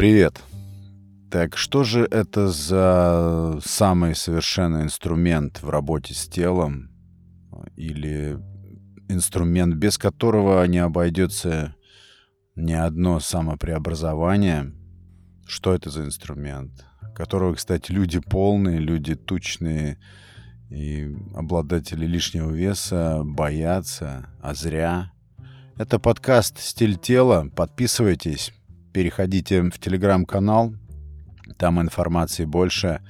Привет. Так что же это за самый совершенный инструмент в работе с телом? Или инструмент, без которого не обойдется ни одно самопреобразование? Что это за инструмент? Которого, кстати, люди полные, люди тучные и обладатели лишнего веса боятся, а зря. Это подкаст «Стиль тела». Подписывайтесь, переходите в телеграм-канал. Там информации больше,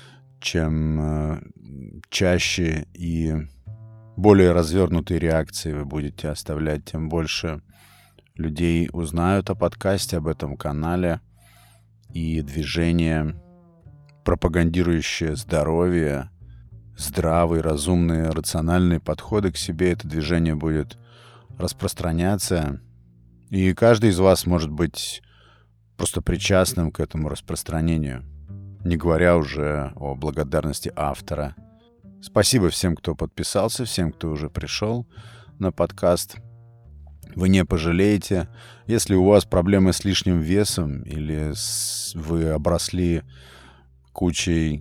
чем чаще и более развернутые реакции вы будете оставлять, тем больше людей узнают о подкасте, об этом канале. И движение, пропагандирующее здоровье, здравые, разумные, рациональные подходы к себе, это движение будет распространяться. И каждый из вас может быть просто причастным к этому распространению, не говоря уже о благодарности автора. Спасибо всем, кто подписался, всем, кто уже пришел на подкаст. Вы не пожалеете. Если у вас проблемы с лишним весом или вы обросли кучей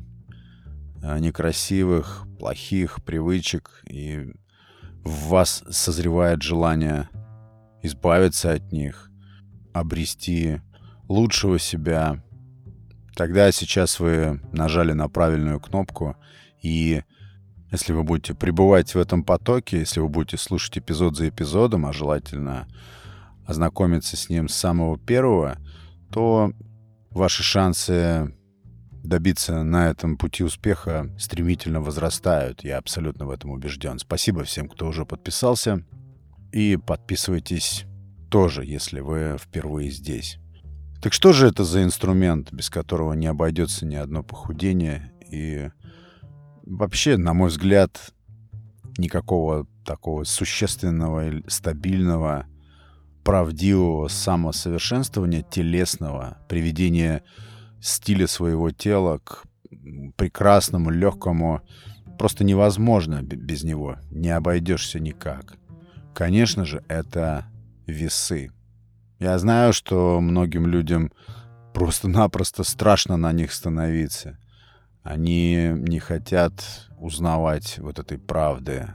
некрасивых, плохих привычек, и в вас созревает желание избавиться от них, обрести лучшего себя, тогда сейчас вы нажали на правильную кнопку, и если вы будете пребывать в этом потоке, если вы будете слушать эпизод за эпизодом, а желательно ознакомиться с ним с самого первого, то ваши шансы добиться на этом пути успеха стремительно возрастают. Я абсолютно в этом убежден. Спасибо всем, кто уже подписался. И подписывайтесь тоже, если вы впервые здесь. Так что же это за инструмент, без которого не обойдется ни одно похудение? И вообще, на мой взгляд, никакого такого существенного, стабильного, правдивого самосовершенствования телесного, приведения стиля своего тела к прекрасному, легкому, просто невозможно без него. Не обойдешься никак. Конечно же, это весы. Я знаю, что многим людям просто-напросто страшно на них становиться. Они не хотят узнавать вот этой правды.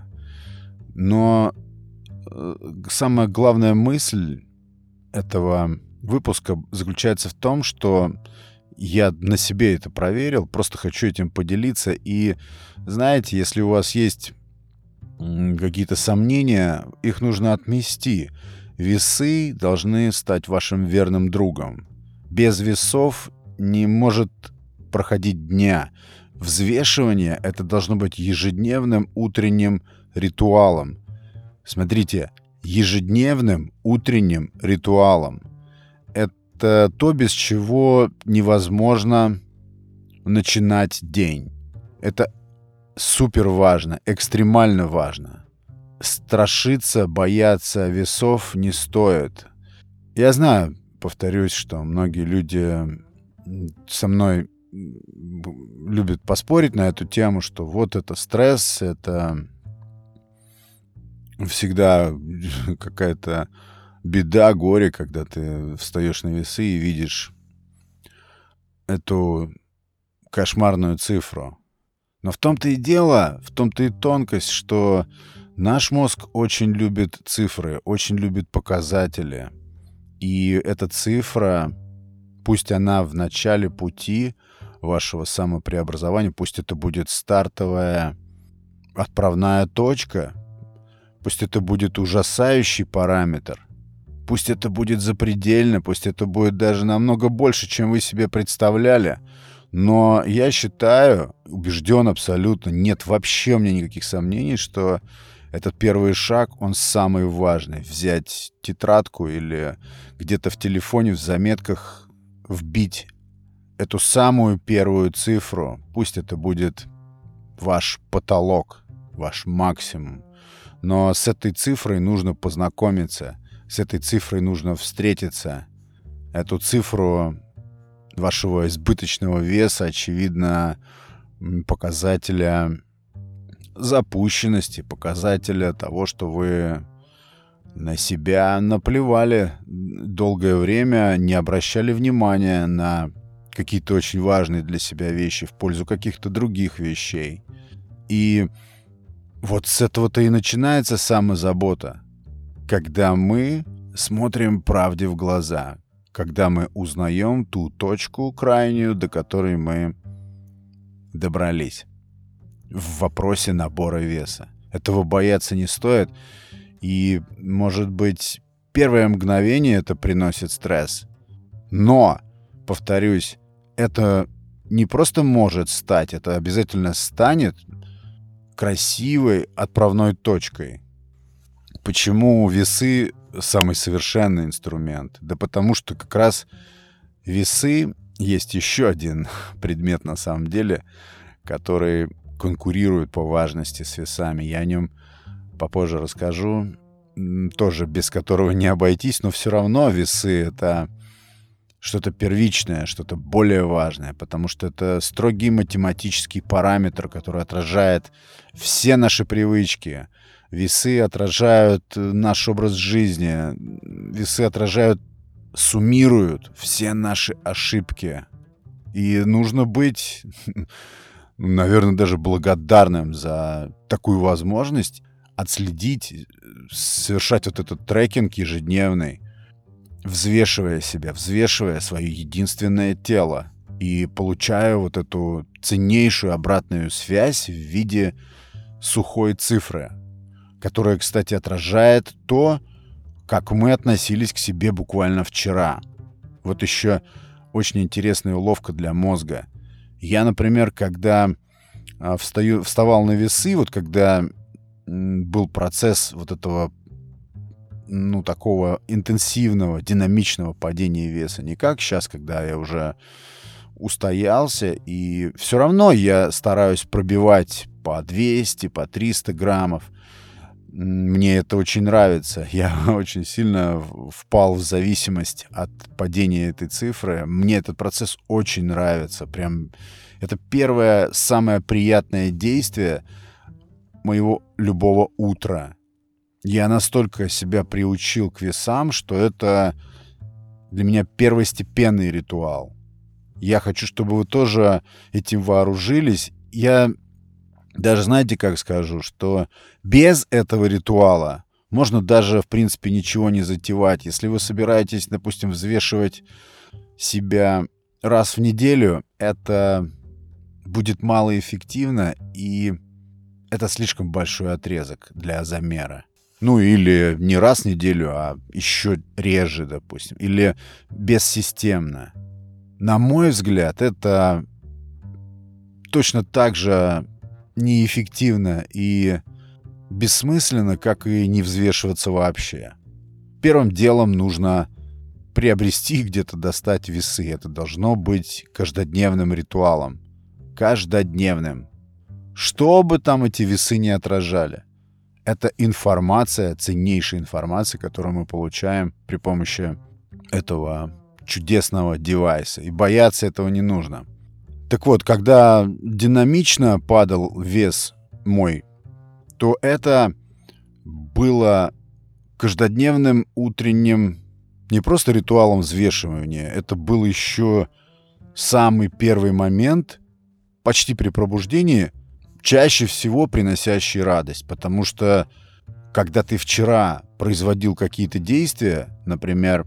Но самая главная мысль этого выпуска заключается в том, что я на себе это проверил, просто хочу этим поделиться. И знаете, если у вас есть какие-то сомнения, их нужно отмести. Весы должны стать вашим верным другом. Без весов не может проходить дня. Взвешивание — это должно быть ежедневным утренним ритуалом. Смотрите, ежедневным утренним ритуалом. Это то, без чего невозможно начинать день. Это супер важно, экстремально важно. Страшиться, бояться весов не стоит. Я знаю, повторюсь, что многие люди со мной любят поспорить на эту тему, что вот это стресс, это всегда какая-то беда, горе, когда ты встаешь на весы и видишь эту кошмарную цифру. Но в том-то и дело, в том-то и тонкость, что наш мозг очень любит цифры, очень любит показатели. И эта цифра, пусть она в начале пути вашего самопреобразования, пусть это будет стартовая отправная точка, пусть это будет ужасающий параметр, пусть это будет запредельно, пусть это будет даже намного больше, чем вы себе представляли. Но я считаю, убежден абсолютно, нет вообще у меня никаких сомнений, что этот первый шаг, он самый важный. Взять тетрадку или где-то в телефоне, в заметках вбить эту самую первую цифру. Пусть это будет ваш потолок, ваш максимум. Но с этой цифрой нужно познакомиться, с этой цифрой нужно встретиться. Эту цифру вашего избыточного веса, очевидно, показателя запущенности, показателя того, что вы на себя наплевали долгое время, не обращали внимания на какие-то очень важные для себя вещи в пользу каких-то других вещей. И вот с этого-то и начинается самозабота. Когда мы смотрим правде в глаза, когда мы узнаем ту точку крайнюю, до которой мы добрались в вопросе набора веса. Этого бояться не стоит. И, может быть, первое мгновение это приносит стресс. Но, повторюсь, это не просто может стать, это обязательно станет красивой отправной точкой. Почему весы самый совершенный инструмент? Да потому что как раз весы есть еще один предмет на самом деле, который конкурирует по важности с весами. Я о нем попозже расскажу, тоже без которого не обойтись, но все равно весы — это что-то первичное, что-то более важное, потому что это строгий математический параметр, который отражает все наши привычки. Весы отражают наш образ жизни, весы отражают, суммируют все наши ошибки. И нужно быть, наверное, даже благодарным за такую возможность отследить, совершать вот этот трекинг ежедневный, взвешивая себя, взвешивая свое единственное тело и получая вот эту ценнейшую обратную связь в виде сухой цифры, которая, кстати, отражает то, как мы относились к себе буквально вчера. Вот еще очень интересная уловка для мозга. Я, например, когда вставал на весы, вот когда был процесс вот этого, такого интенсивного, динамичного падения веса, не как сейчас, когда я уже устоялся, и все равно я стараюсь пробивать по 200, по 300 граммов. Мне это очень нравится. Я очень сильно впал в зависимость от падения этой цифры. Мне этот процесс очень нравится. Прям это первое, самое приятное действие моего любого утра. Я настолько себя приучил к весам, что это для меня первостепенный ритуал. Я хочу, чтобы вы тоже этим вооружились. Я даже, знаете, как скажу, что без этого ритуала можно даже, в принципе, ничего не затевать. Если вы собираетесь, допустим, взвешивать себя раз в неделю, это будет малоэффективно, и это слишком большой отрезок для замера. Или не раз в неделю, а еще реже, допустим. Или бессистемно. На мой взгляд, это точно так же неэффективно и бессмысленно, как и не взвешиваться вообще. Первым делом нужно приобрести, где-то достать весы. Это должно быть каждодневным ритуалом. Каждодневным. Что бы там эти весы не отражали. Это информация, ценнейшая информация, которую мы получаем при помощи этого чудесного девайса. И бояться этого не нужно. Так вот, когда динамично падал вес мой, то это было каждодневным утренним не просто ритуалом взвешивания, это был еще самый первый момент, почти при пробуждении, чаще всего приносящий радость. Потому что, когда ты вчера производил какие-то действия, например,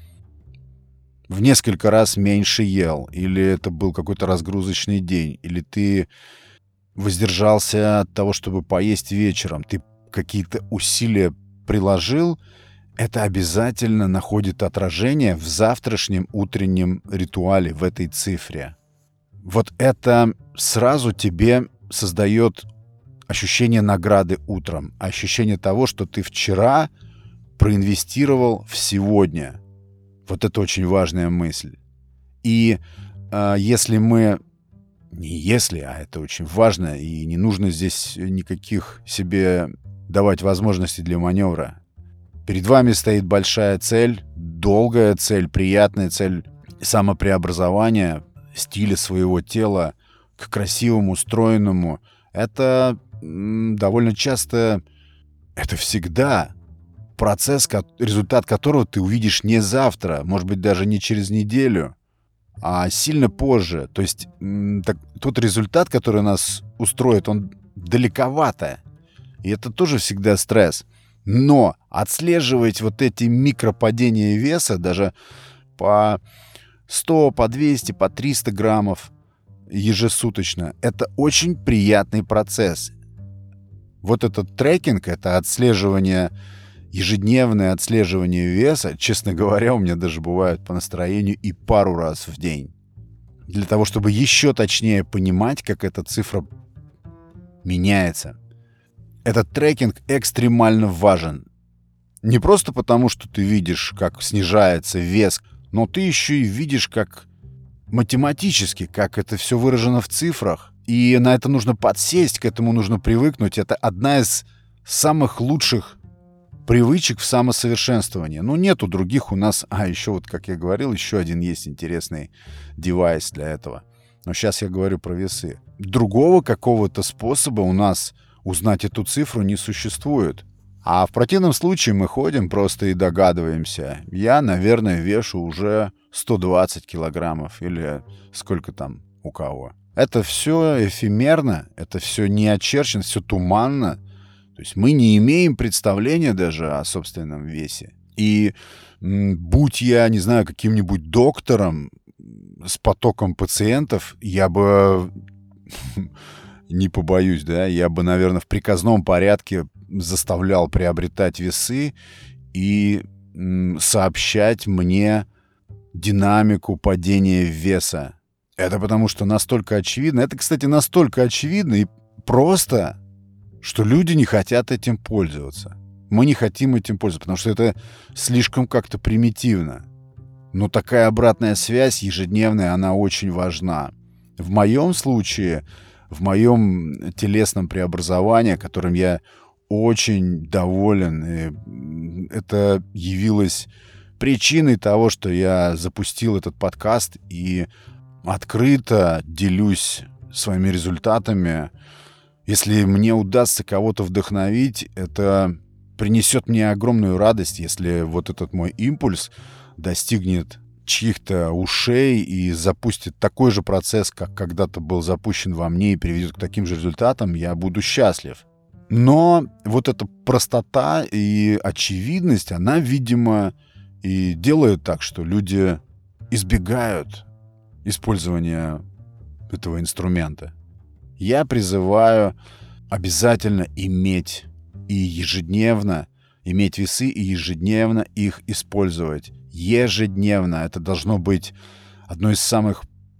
в несколько раз меньше ел, или это был какой-то разгрузочный день, или ты воздержался от того, чтобы поесть вечером, ты какие-то усилия приложил, это обязательно находит отражение в завтрашнем утреннем ритуале, в этой цифре. Вот это сразу тебе создает ощущение награды утром, ощущение того, что ты вчера проинвестировал в сегодня. Вот это очень важная мысль. И если мы... Не если, а это очень важно, и не нужно здесь никаких себе давать возможностей для маневра. Перед вами стоит большая цель, долгая цель, приятная цель самопреобразования стиля своего тела к красивому, стройному. Это довольно часто, это всегда процесс, результат которого ты увидишь не завтра, может быть, даже не через неделю, а сильно позже. То есть тот результат, который нас устроит, он далековато. И это тоже всегда стресс. Но отслеживать вот эти микропадения веса даже по 100, по 200, по 300 граммов ежесуточно, это очень приятный процесс. Вот этот трекинг, это отслеживание, ежедневное отслеживание веса, честно говоря, у меня даже бывает по настроению и пару раз в день. Для того, чтобы еще точнее понимать, как эта цифра меняется. Этот трекинг экстремально важен. Не просто потому, что ты видишь, как снижается вес, но ты еще и видишь, как математически, как это все выражено в цифрах. И на это нужно подсесть, к этому нужно привыкнуть. Это одна из самых лучших привычек в самосовершенствовании. Ну, нету других у нас. Еще вот, как я говорил, еще один есть интересный девайс для этого. Но сейчас я говорю про весы. Другого какого-то способа у нас узнать эту цифру не существует. А в противном случае мы ходим просто и догадываемся. Я, наверное, вешу уже 120 килограммов или сколько там у кого. Это все эфемерно, это все не очерчено, все туманно. То есть мы не имеем представления даже о собственном весе. И будь я, не знаю, каким-нибудь доктором с потоком пациентов, я бы, не побоюсь, да, я бы, наверное, в приказном порядке заставлял приобретать весы и сообщать мне динамику падения веса. Это потому что настолько очевидно. Это, кстати, настолько очевидно и просто, что люди не хотят этим пользоваться. Мы не хотим этим пользоваться, потому что это слишком как-то примитивно. Но такая обратная связь ежедневная, она очень важна. В моем случае, в моем телесном преобразовании, которым я очень доволен, и это явилось причиной того, что я запустил этот подкаст и открыто делюсь своими результатами. Если мне удастся кого-то вдохновить, это принесет мне огромную радость, если вот этот мой импульс достигнет чьих-то ушей и запустит такой же процесс, как когда-то был запущен во мне и приведет к таким же результатам, я буду счастлив. Но вот эта простота и очевидность, она, видимо, и делает так, что люди избегают использования этого инструмента. Я призываю обязательно иметь весы и ежедневно их использовать. Ежедневно. Это должно быть одной из самых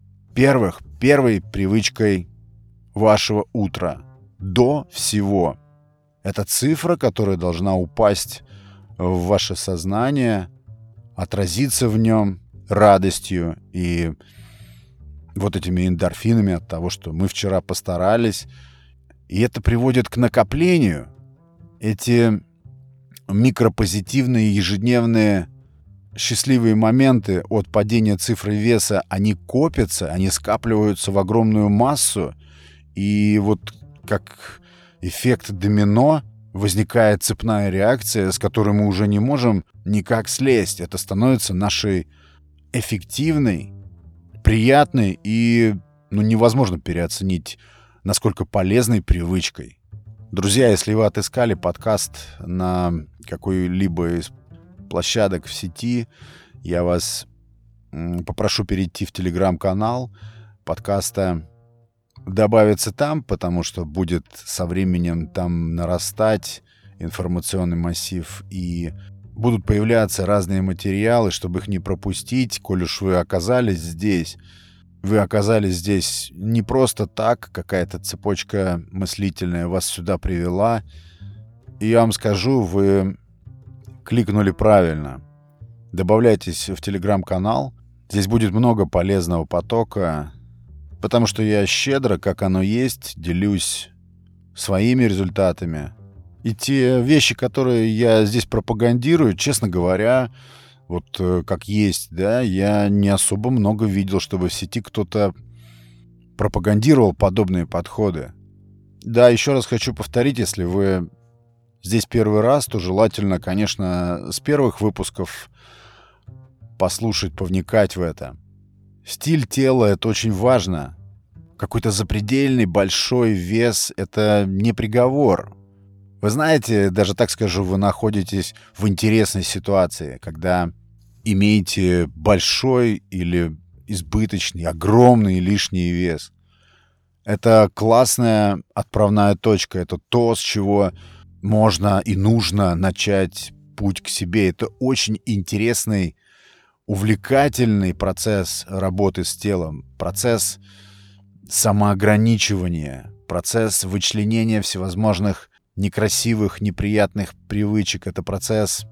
первой привычкой вашего утра. До всего. Это цифра, которая должна упасть в ваше сознание, отразиться в нем радостью и вот этими эндорфинами от того, что мы вчера постарались. И это приводит к накоплению. Эти микропозитивные ежедневные счастливые моменты от падения цифры веса, они копятся, они скапливаются в огромную массу. И вот как эффект домино возникает цепная реакция, с которой мы уже не можем никак слезть. Это становится нашей эффективной, приятной и невозможно переоценить, насколько полезной привычкой. Друзья, если вы отыскали подкаст на какой-либо из площадок в сети, я вас попрошу перейти в телеграм-канал подкаста, добавиться там, потому что будет со временем там нарастать информационный массив и будут появляться разные материалы, чтобы их не пропустить, коль уж вы оказались здесь. Вы оказались здесь не просто так, какая-то цепочка мыслительная вас сюда привела. И я вам скажу, вы кликнули правильно. Добавляйтесь в телеграм-канал. Здесь будет много полезного потока, потому что я щедро, как оно есть, делюсь своими результатами. И те вещи, которые я здесь пропагандирую, честно говоря, вот как есть, да, я не особо много видел, чтобы в сети кто-то пропагандировал подобные подходы. Да, еще раз хочу повторить, если вы здесь первый раз, то желательно, конечно, с первых выпусков послушать, повникать в это. Стиль тела — это очень важно. Какой-то запредельный большой вес — это не приговор. Вы знаете, даже так скажу, вы находитесь в интересной ситуации, когда имеете большой или избыточный, огромный лишний вес. Это классная отправная точка, это то, с чего можно и нужно начать путь к себе. Это очень интересный, увлекательный процесс работы с телом, процесс самоограничивания, процесс вычленения всевозможных некрасивых, неприятных привычек. Это процесс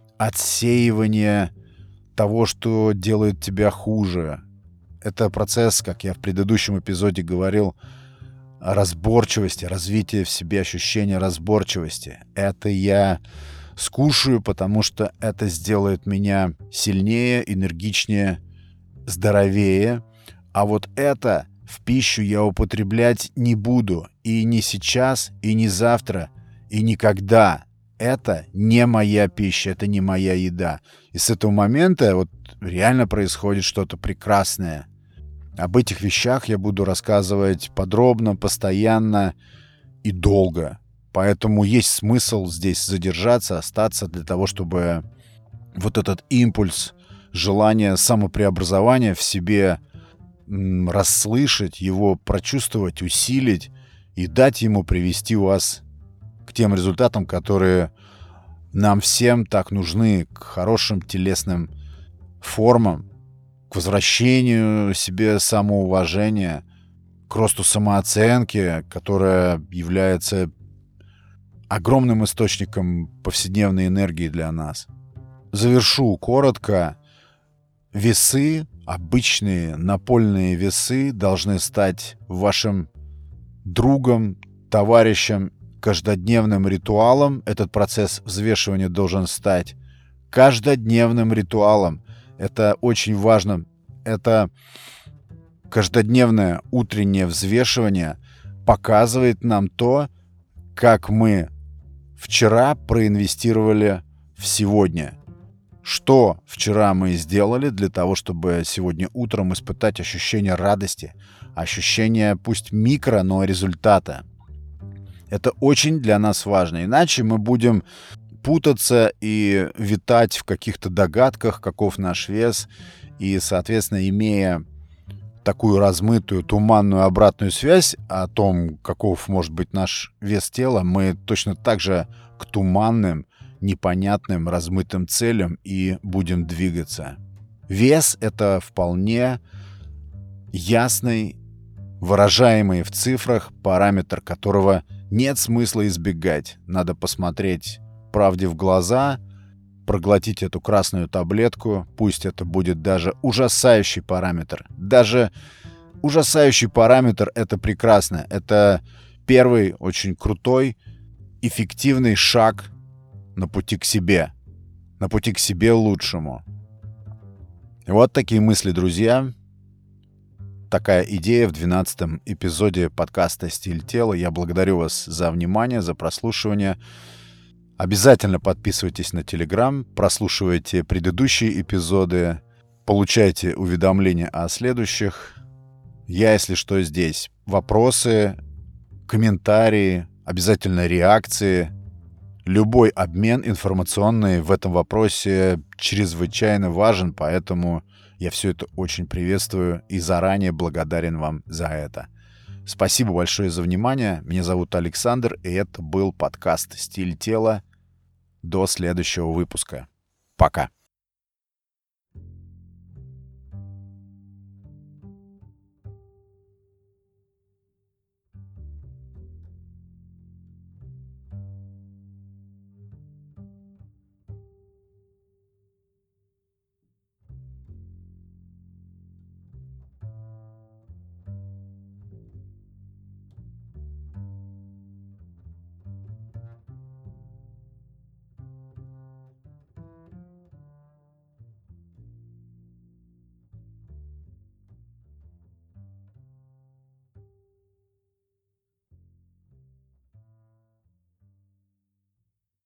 отсеивания того, что делает тебя хуже. Это процесс, как я в предыдущем эпизоде говорил, разборчивости, развития в себе ощущения разборчивости. Это я скушаю, потому что это сделает меня сильнее, энергичнее, здоровее. А вот это в пищу я употреблять не буду. И не сейчас, и не завтра, и никогда. Это не моя пища, это не моя еда. И с этого момента вот реально происходит что-то прекрасное. Об этих вещах я буду рассказывать подробно, постоянно и долго. Поэтому есть смысл здесь задержаться, остаться для того, чтобы вот этот импульс, желание самопреобразования в себе расслышать, его прочувствовать, усилить и дать ему привести вас к тем результатам, которые нам всем так нужны, к хорошим телесным формам, к возвращению себе самоуважения, к росту самооценки, которая является огромным источником повседневной энергии для нас. Завершу коротко. Весы, обычные напольные весы, должны стать вашим другом, товарищем, каждодневным ритуалом. Этот процесс взвешивания должен стать каждодневным ритуалом. Это очень важно. Это каждодневное утреннее взвешивание показывает нам то, как мы вчера проинвестировали в сегодня. Что вчера мы сделали для того, чтобы сегодня утром испытать ощущение радости, ощущение пусть микро, но результата. Это очень для нас важно. Иначе мы будем путаться и витать в каких-то догадках, каков наш вес. И, соответственно, имея такую размытую, туманную обратную связь о том, каков может быть наш вес тела, мы точно так же к туманным, непонятным, размытым целям и будем двигаться. Вес — это вполне ясный, выражаемый в цифрах параметр, которого нет смысла избегать. Надо посмотреть правде в глаза, проглотить эту красную таблетку, пусть это будет даже ужасающий параметр. Даже ужасающий параметр — это прекрасно. Это первый очень крутой, эффективный шаг на пути к себе лучшему. Вот такие мысли, друзья. Такая идея в 12-м эпизоде подкаста «Стиль тела». Я благодарю вас за внимание, за прослушивание. Обязательно подписывайтесь на Telegram, прослушивайте предыдущие эпизоды, получайте уведомления о следующих. Я, если что, здесь. Вопросы, комментарии, обязательно реакции. Любой обмен информационный в этом вопросе чрезвычайно важен, поэтому я все это очень приветствую и заранее благодарен вам за это. Спасибо большое за внимание. Меня зовут Александр, и это был подкаст «Стиль тела». До следующего выпуска. Пока.